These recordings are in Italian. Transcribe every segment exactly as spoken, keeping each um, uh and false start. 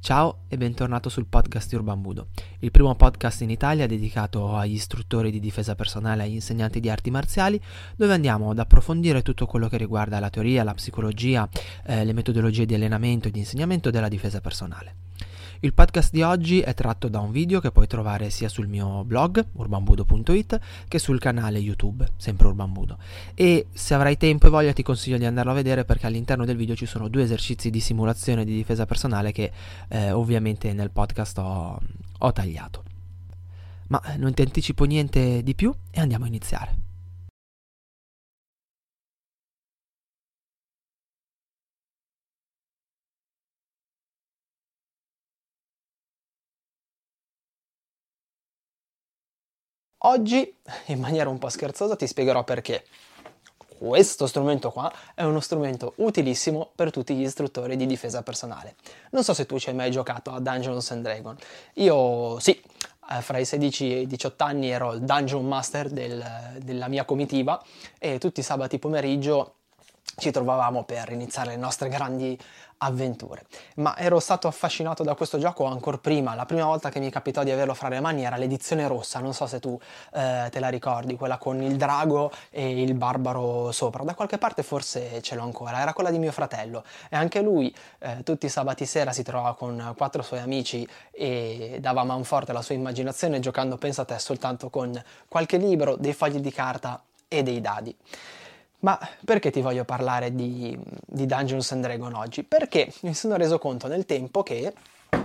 Ciao e bentornato sul podcast di Urban Budo, il primo podcast in Italia dedicato agli istruttori di difesa personale e agli insegnanti di arti marziali, dove andiamo ad approfondire tutto quello che riguarda la teoria, la psicologia, eh, le metodologie di allenamento e di insegnamento della difesa personale. Il podcast di oggi è tratto da un video che puoi trovare sia sul mio blog urban budo punto it che sul canale YouTube, sempre Urban Budo. E se avrai tempo e voglia ti consiglio di andarlo a vedere perché all'interno del video ci sono due esercizi di simulazione di difesa personale che eh, ovviamente nel podcast ho, ho tagliato. Ma non ti anticipo niente di più e andiamo a iniziare. Oggi, in maniera un po' scherzosa, ti spiegherò perché questo strumento qua è uno strumento utilissimo per tutti gli istruttori di difesa personale. Non so se tu ci hai mai giocato a Dungeons and Dragons. Io sì, fra i sedici e i diciotto anni ero il Dungeon Master del, della mia comitiva e tutti i sabati pomeriggio ci trovavamo per iniziare le nostre grandi avventure. Ma ero stato affascinato da questo gioco ancora prima. La prima volta che mi capitò di averlo fra le mani era l'edizione rossa, non so se tu eh, te la ricordi, quella con il drago e il barbaro sopra. Da qualche parte forse ce l'ho ancora, era quella di mio fratello e anche lui eh, tutti i sabati sera si trovava con quattro suoi amici e dava manforte alla sua immaginazione giocando, pensa a te, soltanto con qualche libro, dei fogli di carta e dei dadi. Ma perché ti voglio parlare di, di Dungeons and Dragons oggi? Perché mi sono reso conto nel tempo che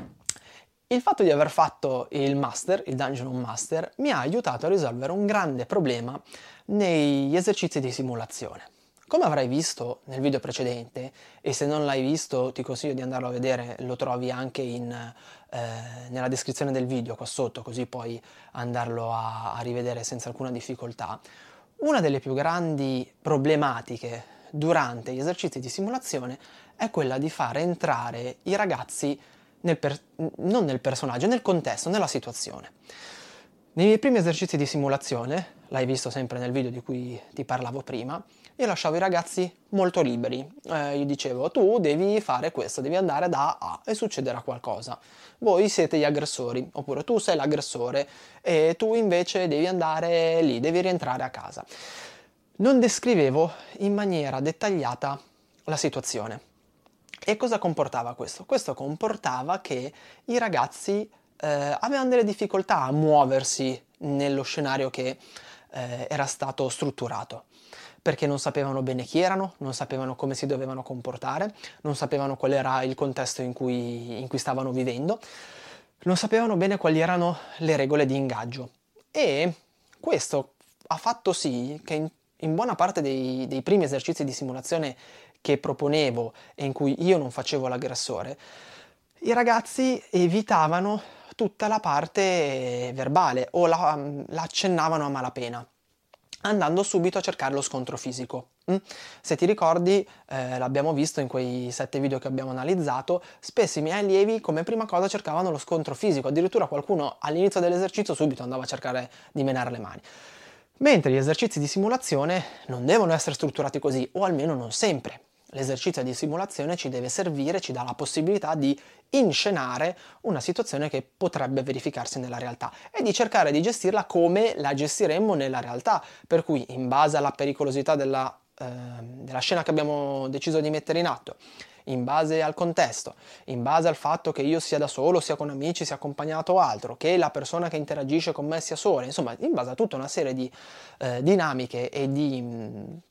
il fatto di aver fatto il Master, il Dungeon Master, mi ha aiutato a risolvere un grande problema negli esercizi di simulazione. Come avrai visto nel video precedente, e se non l'hai visto ti consiglio di andarlo a vedere, lo trovi anche in, eh, nella descrizione del video qua sotto, così puoi andarlo a, a rivedere senza alcuna difficoltà. Una delle più grandi problematiche durante gli esercizi di simulazione è quella di far entrare i ragazzi nel per- non nel personaggio, nel contesto, nella situazione. Nei miei primi esercizi di simulazione, l'hai visto sempre nel video di cui ti parlavo prima, io lasciavo i ragazzi molto liberi. Eh, gli dicevo, tu devi fare questo, devi andare da A e succederà qualcosa. Voi siete gli aggressori, oppure tu sei l'aggressore e tu invece devi andare lì, devi rientrare a casa. Non descrivevo in maniera dettagliata la situazione. E cosa comportava questo? Questo comportava che i ragazzi eh, avevano delle difficoltà a muoversi nello scenario che eh, era stato strutturato, perché non sapevano bene chi erano, non sapevano come si dovevano comportare, non sapevano qual era il contesto in cui, in cui stavano vivendo, non sapevano bene quali erano le regole di ingaggio. E questo ha fatto sì che in, in buona parte dei, dei primi esercizi di simulazione che proponevo e in cui io non facevo l'aggressore, i ragazzi evitavano tutta la parte verbale o la, la accennavano a malapena, andando subito a cercare lo scontro fisico. Se ti ricordi, eh, l'abbiamo visto in quei sette video che abbiamo analizzato, spesso i miei allievi come prima cosa cercavano lo scontro fisico, addirittura qualcuno all'inizio dell'esercizio subito andava a cercare di menare le mani. Mentre gli esercizi di simulazione non devono essere strutturati così, o almeno non sempre. L'esercizio di simulazione ci deve servire, ci dà la possibilità di inscenare una situazione che potrebbe verificarsi nella realtà e di cercare di gestirla come la gestiremmo nella realtà, per cui in base alla pericolosità della, eh, della scena che abbiamo deciso di mettere in atto, in base al contesto, in base al fatto che io sia da solo, sia con amici, sia accompagnato o altro, che la persona che interagisce con me sia sola, insomma in base a tutta una serie di eh, dinamiche e di, mh,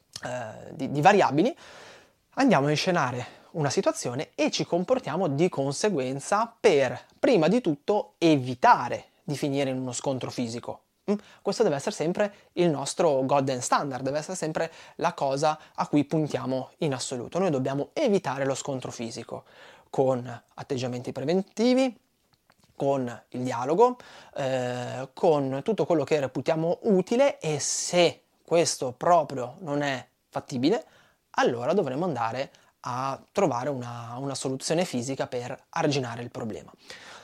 eh, di, di variabili, andiamo a inscenare una situazione e ci comportiamo di conseguenza per, prima di tutto, evitare di finire in uno scontro fisico. Questo deve essere sempre il nostro golden standard, deve essere sempre la cosa a cui puntiamo in assoluto. Noi dobbiamo evitare lo scontro fisico con atteggiamenti preventivi, con il dialogo, eh, con tutto quello che reputiamo utile, e se questo proprio non è fattibile, allora dovremo andare a trovare una, una soluzione fisica per arginare il problema.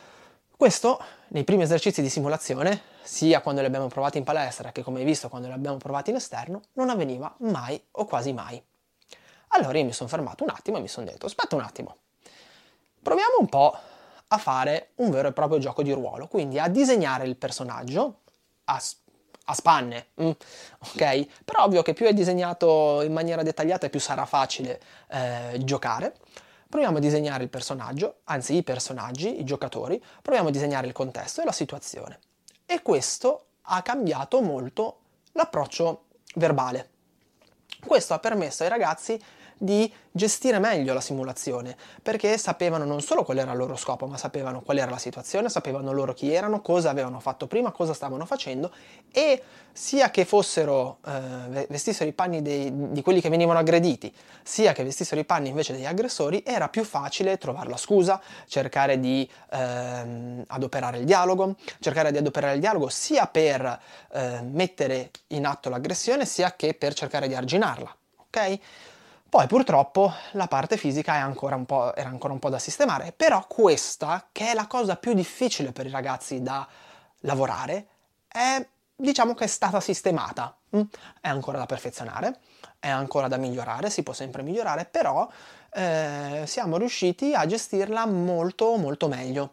Questo nei primi esercizi di simulazione, sia quando li abbiamo provati in palestra che, come hai visto, quando li abbiamo provati in esterno, non avveniva mai o quasi mai. Allora io mi sono fermato un attimo e mi sono detto, aspetta un attimo, proviamo un po' a fare un vero e proprio gioco di ruolo, quindi a disegnare il personaggio a, a spanne, mm, ok? Però ovvio che più è disegnato in maniera dettagliata e più sarà facile eh, giocare. Proviamo a disegnare il personaggio, anzi i personaggi, i giocatori, proviamo a disegnare il contesto e la situazione. E questo ha cambiato molto l'approccio verbale. Questo ha permesso ai ragazzi di gestire meglio la simulazione, perché sapevano non solo qual era il loro scopo, ma sapevano qual era la situazione, sapevano loro chi erano, cosa avevano fatto prima, cosa stavano facendo, e sia che fossero eh, vestissero i panni dei, di quelli che venivano aggrediti, sia che vestissero i panni invece degli aggressori, era più facile trovare la scusa, cercare di ehm, adoperare il dialogo, cercare di adoperare il dialogo sia per eh, mettere in atto l'aggressione, sia che per cercare di arginarla, ok? Poi purtroppo la parte fisica è ancora un po', era ancora un po' da sistemare, però questa, che è la cosa più difficile per i ragazzi da lavorare, è, diciamo che è stata sistemata. Mm? È ancora da perfezionare, è ancora da migliorare, si può sempre migliorare, però eh, siamo riusciti a gestirla molto molto meglio.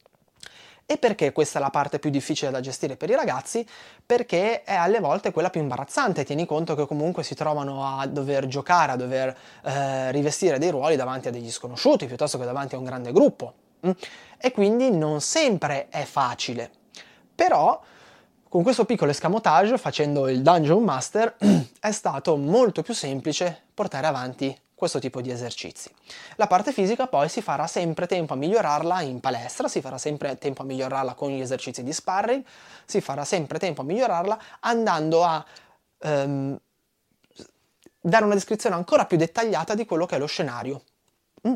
E perché questa è la parte più difficile da gestire per i ragazzi? Perché è alle volte quella più imbarazzante. Tieni conto che comunque si trovano a dover giocare, a dover eh, rivestire dei ruoli davanti a degli sconosciuti, piuttosto che davanti a un grande gruppo. Mm? E quindi non sempre è facile. Però con questo piccolo escamotage, facendo il Dungeon Master, è stato molto più semplice portare avanti questo tipo di esercizi. La parte fisica poi si farà sempre tempo a migliorarla in palestra, si farà sempre tempo a migliorarla con gli esercizi di sparring, si farà sempre tempo a migliorarla andando a ehm, dare una descrizione ancora più dettagliata di quello che è lo scenario. Mm.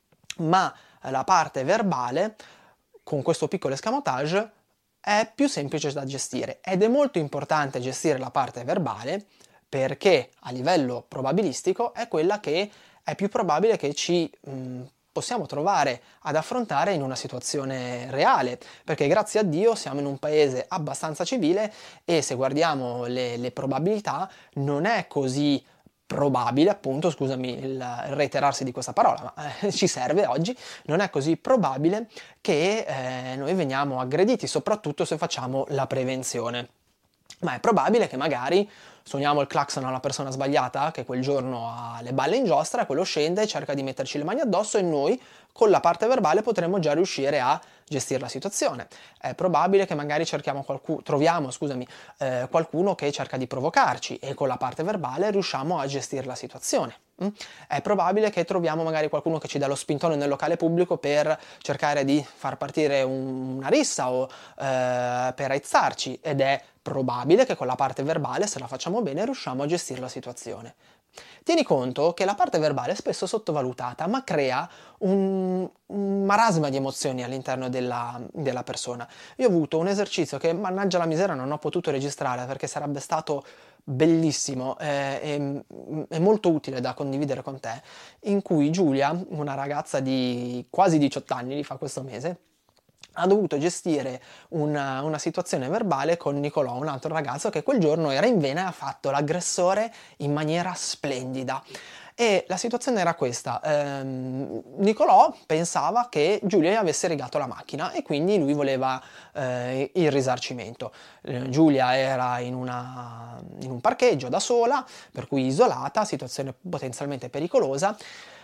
Ma la parte verbale, con questo piccolo escamotage, è più semplice da gestire ed è molto importante gestire la parte verbale perché a livello probabilistico è quella che è più probabile che ci mh, possiamo trovare ad affrontare in una situazione reale, perché grazie a Dio siamo in un paese abbastanza civile e se guardiamo le, le probabilità non è così probabile, appunto, scusami il reiterarsi di questa parola, ma eh, ci serve oggi, non è così probabile che eh, noi veniamo aggrediti, soprattutto se facciamo la prevenzione. Ma è probabile che magari suoniamo il clacson alla persona sbagliata che quel giorno ha le balle in giostra, quello scende e cerca di metterci le mani addosso e noi con la parte verbale potremmo già riuscire a gestire la situazione. È probabile che magari cerchiamo qualcuno, troviamo, scusami, eh, qualcuno che cerca di provocarci e con la parte verbale riusciamo a gestire la situazione. Mm? È probabile che troviamo magari qualcuno che ci dà lo spintone nel locale pubblico per cercare di far partire un, una rissa o eh, per aizzarci ed è probabile che con la parte verbale, se la facciamo bene, riusciamo a gestire la situazione. Tieni conto che la parte verbale è spesso sottovalutata, ma crea un, un marasma di emozioni all'interno della, della persona. Io ho avuto un esercizio che, mannaggia la miseria, non ho potuto registrare perché sarebbe stato bellissimo eh, e, e molto utile da condividere con te, in cui Giulia, una ragazza di quasi diciotto anni, li fa questo mese, ha dovuto gestire una, una situazione verbale con Nicolò, un altro ragazzo che quel giorno era in vena e ha fatto l'aggressore in maniera splendida. E la situazione era questa, ehm, Nicolò pensava che Giulia gli avesse rigato la macchina e quindi lui voleva eh, il risarcimento. Eh, Giulia era in, una, in un parcheggio da sola, per cui isolata, situazione potenzialmente pericolosa.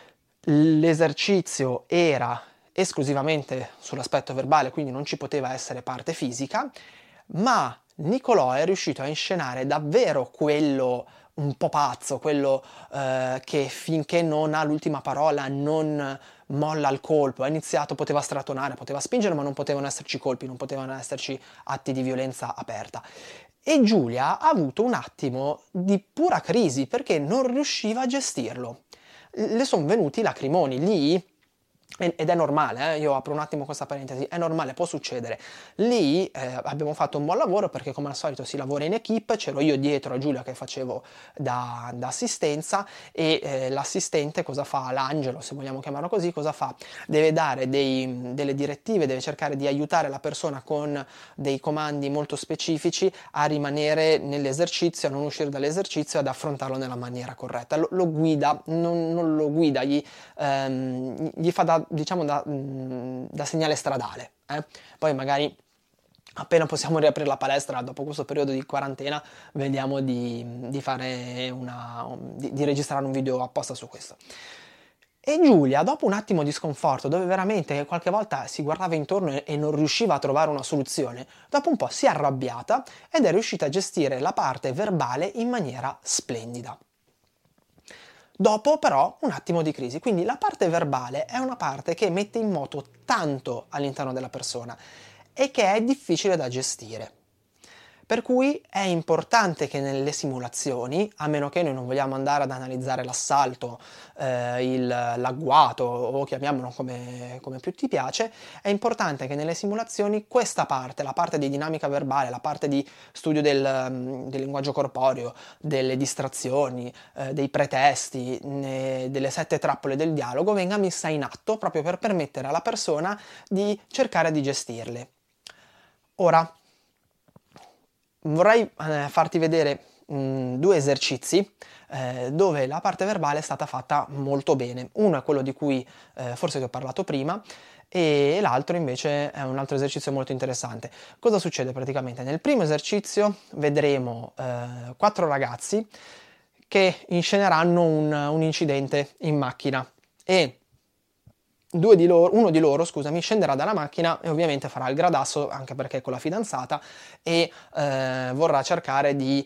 L'esercizio era esclusivamente sull'aspetto verbale, quindi non ci poteva essere parte fisica, ma Nicolò è riuscito a inscenare davvero quello un po' pazzo, quello eh, che finché non ha l'ultima parola non molla il colpo, ha iniziato, poteva stratonare, poteva spingere, ma non potevano esserci colpi, non potevano esserci atti di violenza aperta. E Giulia ha avuto un attimo di pura crisi perché non riusciva a gestirlo. Le sono venuti i lacrimoni lì. Ed è normale, eh? Io apro un attimo questa parentesi, è normale, può succedere. Lì eh, abbiamo fatto un buon lavoro perché come al solito si lavora in equipe, c'ero io dietro a Giulia che facevo da, da assistenza e eh, l'assistente cosa fa? L'angelo, se vogliamo chiamarlo così, cosa fa? Deve dare dei, delle direttive, deve cercare di aiutare la persona con dei comandi molto specifici a rimanere nell'esercizio, a non uscire dall'esercizio e ad affrontarlo nella maniera corretta. Lo, lo guida, non, non lo guida, gli, ehm, gli fa da da, diciamo, da, mh, da segnale stradale. Eh? Poi magari appena possiamo riaprire la palestra dopo questo periodo di quarantena, vediamo di, di fare una, di, di registrare un video apposta su questo. E Giulia, dopo un attimo di sconforto, dove veramente qualche volta si guardava intorno e non riusciva a trovare una soluzione, dopo un po' si è arrabbiata ed è riuscita a gestire la parte verbale in maniera splendida. Dopo però un attimo di crisi, quindi la parte verbale è una parte che mette in moto tanto all'interno della persona e che è difficile da gestire. Per cui è importante che nelle simulazioni, a meno che noi non vogliamo andare ad analizzare l'assalto, eh, il, l'agguato o chiamiamolo come, come più ti piace, è importante che nelle simulazioni questa parte, la parte di dinamica verbale, la parte di studio del, del linguaggio corporeo, delle distrazioni, eh, dei pretesti, ne, delle sette trappole del dialogo, venga messa in atto proprio per permettere alla persona di cercare di gestirle. Ora, vorrei eh, farti vedere mh, due esercizi eh, dove la parte verbale è stata fatta molto bene. Uno è quello di cui eh, forse ti ho parlato prima e l'altro invece è un altro esercizio molto interessante. Cosa succede praticamente? Nel primo esercizio vedremo eh, quattro ragazzi che insceneranno un, un incidente in macchina e Due di loro, uno di loro, scusami, scenderà dalla macchina e ovviamente farà il gradasso, anche perché è con la fidanzata, e eh, vorrà cercare di,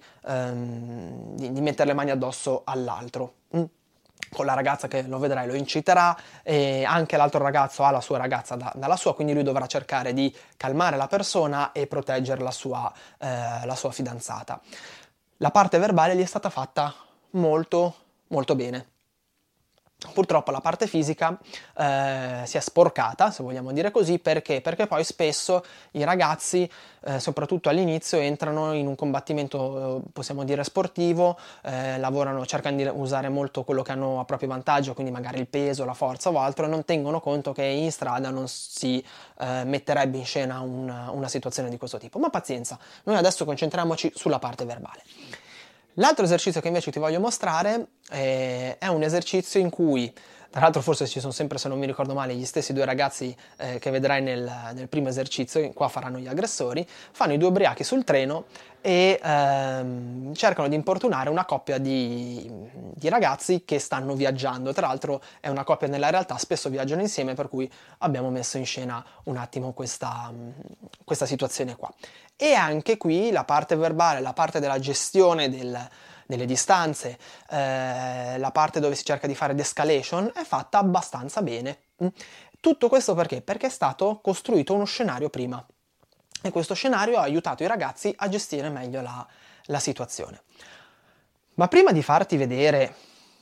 ehm, di, di mettere le mani addosso all'altro. Mm. Con la ragazza che lo vedrai lo inciterà, e anche l'altro ragazzo ha la sua ragazza da, dalla sua, quindi lui dovrà cercare di calmare la persona e proteggere la sua, eh, la sua fidanzata. La parte verbale gli è stata fatta molto, molto bene. Purtroppo la parte fisica eh, si è sporcata, se vogliamo dire così, perché? Perché poi spesso i ragazzi, eh, soprattutto all'inizio, entrano in un combattimento, eh, possiamo dire, sportivo, eh, lavorano, cercano di usare molto quello che hanno a proprio vantaggio, quindi magari il peso, la forza o altro, e non tengono conto che in strada non si eh, metterebbe in scena una, una situazione di questo tipo. Ma pazienza, noi adesso concentriamoci sulla parte verbale. L'altro esercizio che invece ti voglio mostrare eh, è un esercizio in cui, tra l'altro forse ci sono sempre, se non mi ricordo male, gli stessi due ragazzi eh, che vedrai nel, nel primo esercizio, qua faranno gli aggressori, fanno i due ubriachi sul treno e ehm, cercano di importunare una coppia di, di ragazzi che stanno viaggiando. Tra l'altro è una coppia nella realtà, spesso viaggiano insieme, per cui abbiamo messo in scena un attimo questa, questa situazione qua. E anche qui la parte verbale, la parte della gestione del, delle distanze, eh, la parte dove si cerca di fare de-escalation è fatta abbastanza bene. Tutto questo perché? Perché è stato costruito uno scenario prima e questo scenario ha aiutato i ragazzi a gestire meglio la, la situazione. Ma prima di farti vedere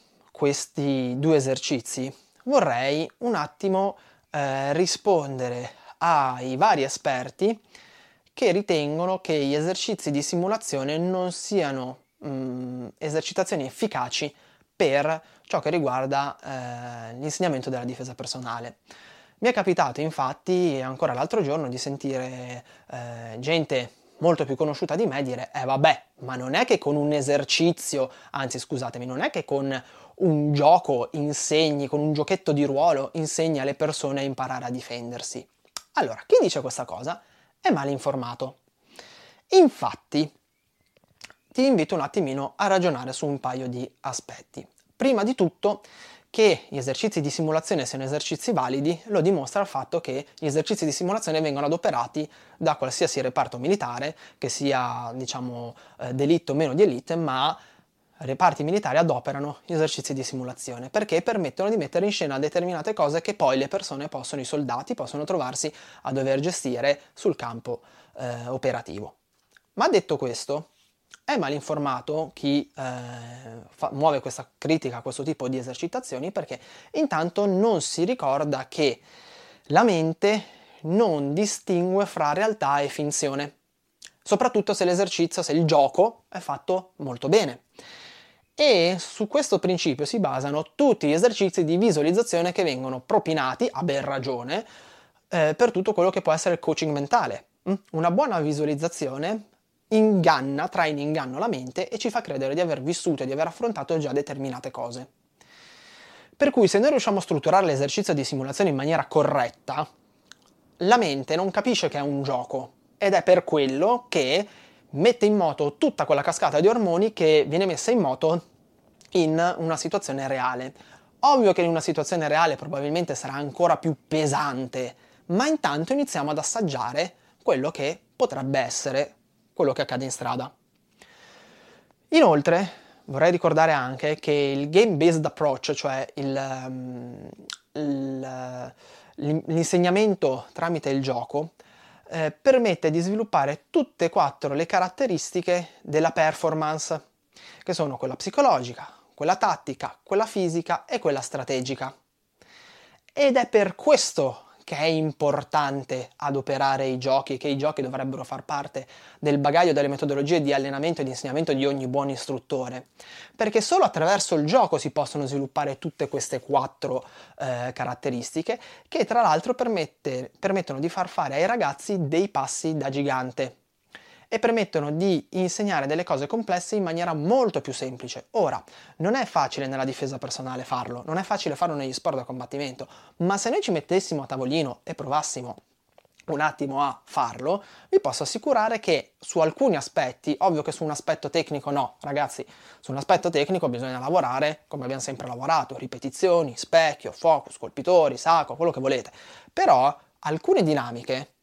questi due esercizi vorrei un attimo eh, rispondere ai vari esperti che ritengono che gli esercizi di simulazione non siano mh, esercitazioni efficaci per ciò che riguarda eh, l'insegnamento della difesa personale. Mi è capitato infatti ancora l'altro giorno di sentire eh, gente molto più conosciuta di me dire eh vabbè, ma non è che con un esercizio, anzi scusatemi, non è che con un gioco insegni, con un giochetto di ruolo insegni alle persone a imparare a difendersi. Allora, chi dice questa cosa è male informato. Infatti, ti invito un attimino a ragionare su un paio di aspetti. Prima di tutto, che gli esercizi di simulazione siano esercizi validi lo dimostra il fatto che gli esercizi di simulazione vengono adoperati da qualsiasi reparto militare, che sia, diciamo, d'élite o meno di élite, ma reparti militari adoperano gli esercizi di simulazione perché permettono di mettere in scena determinate cose che poi le persone possono, i soldati possono trovarsi a dover gestire sul campo eh, operativo. Ma detto questo, è mal informato chi eh, fa, muove questa critica a questo tipo di esercitazioni perché intanto non si ricorda che la mente non distingue fra realtà e finzione, soprattutto se l'esercizio, se il gioco è fatto molto bene. E su questo principio si basano tutti gli esercizi di visualizzazione che vengono propinati, a ben ragione, eh, per tutto quello che può essere il coaching mentale. Una buona visualizzazione inganna, trae in inganno la mente e ci fa credere di aver vissuto e di aver affrontato già determinate cose. Per cui se noi riusciamo a strutturare l'esercizio di simulazione in maniera corretta, la mente non capisce che è un gioco ed è per quello che mette in moto tutta quella cascata di ormoni che viene messa in moto in una situazione reale. Ovvio che in una situazione reale probabilmente sarà ancora più pesante, ma intanto iniziamo ad assaggiare quello che potrebbe essere quello che accade in strada. Inoltre vorrei ricordare anche che il game-based approach, cioè il, um, il, l'insegnamento tramite il gioco, eh, permette di sviluppare tutte e quattro le caratteristiche della performance, che sono quella psicologica, quella tattica, quella fisica e quella strategica. Ed è per questo che è importante adoperare i giochi, che i giochi dovrebbero far parte del bagaglio delle metodologie di allenamento e di insegnamento di ogni buon istruttore, perché solo attraverso il gioco si possono sviluppare tutte queste quattro eh, caratteristiche che tra l'altro permette, permettono di far fare ai ragazzi dei passi da gigante e permettono di insegnare delle cose complesse in maniera molto più semplice. Ora, non è facile nella difesa personale farlo, non è facile farlo negli sport da combattimento, ma se noi ci mettessimo a tavolino e provassimo un attimo a farlo, vi posso assicurare che su alcuni aspetti, ovvio che su un aspetto tecnico no, ragazzi, su un aspetto tecnico bisogna lavorare come abbiamo sempre lavorato, ripetizioni, specchio, focus, colpitori, sacco, quello che volete, però alcune dinamiche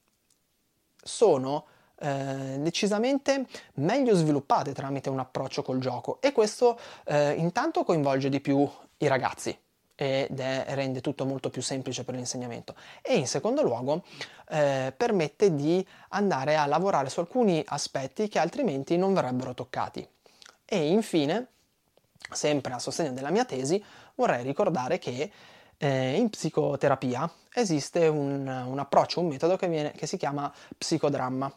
sono Eh, decisamente meglio sviluppate tramite un approccio col gioco e questo eh, intanto coinvolge di più i ragazzi ed è, rende tutto molto più semplice per l'insegnamento e in secondo luogo eh, permette di andare a lavorare su alcuni aspetti che altrimenti non verrebbero toccati. E infine, sempre a sostegno della mia tesi, vorrei ricordare che eh, in psicoterapia esiste un, un approccio, un metodo che, viene, che si chiama psicodramma.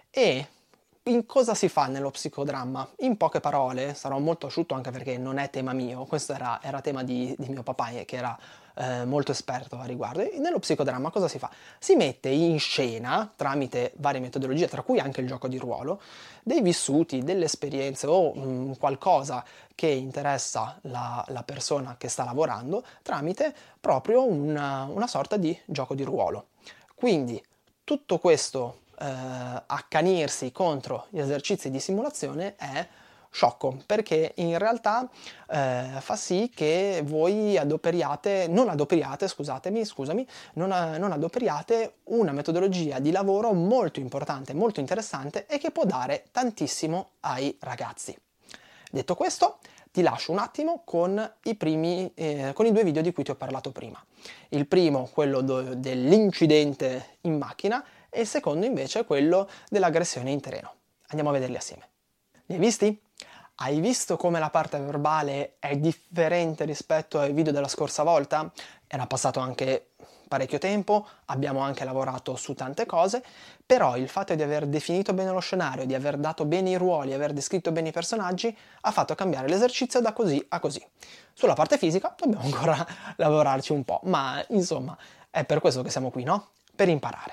E in cosa si fa nello psicodramma? In poche parole, sarò molto asciutto anche perché non è tema mio, questo era, era tema di, di mio papà che era eh, molto esperto a riguardo. E nello psicodramma cosa si fa? Si mette in scena, tramite varie metodologie, tra cui anche il gioco di ruolo, dei vissuti, delle esperienze o mh, qualcosa che interessa la, la persona che sta lavorando, tramite proprio una, una sorta di gioco di ruolo. Quindi tutto questo Uh, accanirsi contro gli esercizi di simulazione è sciocco, perché in realtà uh, fa sì che voi adoperiate, non adoperiate, scusatemi, scusami, non, non adoperiate una metodologia di lavoro molto importante, molto interessante e che può dare tantissimo ai ragazzi. Detto questo, ti lascio un attimo con i primi, eh, con i due video di cui ti ho parlato prima. Il primo, quello do- dell'incidente in macchina, e il secondo invece è quello dell'aggressione in terreno. Andiamo a vederli assieme. Li hai visti? Hai visto come la parte verbale è differente rispetto ai video della scorsa volta? Era passato anche parecchio tempo, abbiamo anche lavorato su tante cose, però il fatto di aver definito bene lo scenario, di aver dato bene i ruoli, aver descritto bene i personaggi, ha fatto cambiare l'esercizio da così a così. Sulla parte fisica dobbiamo ancora lavorarci un po', ma insomma è per questo che siamo qui, no? Per imparare.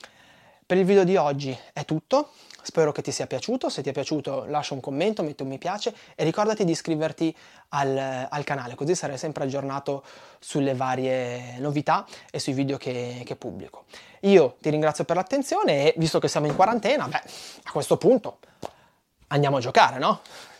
Per il video di oggi è tutto, spero che ti sia piaciuto, se ti è piaciuto lascia un commento, metti un mi piace e ricordati di iscriverti al, al canale, così sarai sempre aggiornato sulle varie novità e sui video che, che pubblico. Io ti ringrazio per l'attenzione e visto che siamo in quarantena, beh, a questo punto andiamo a giocare, no?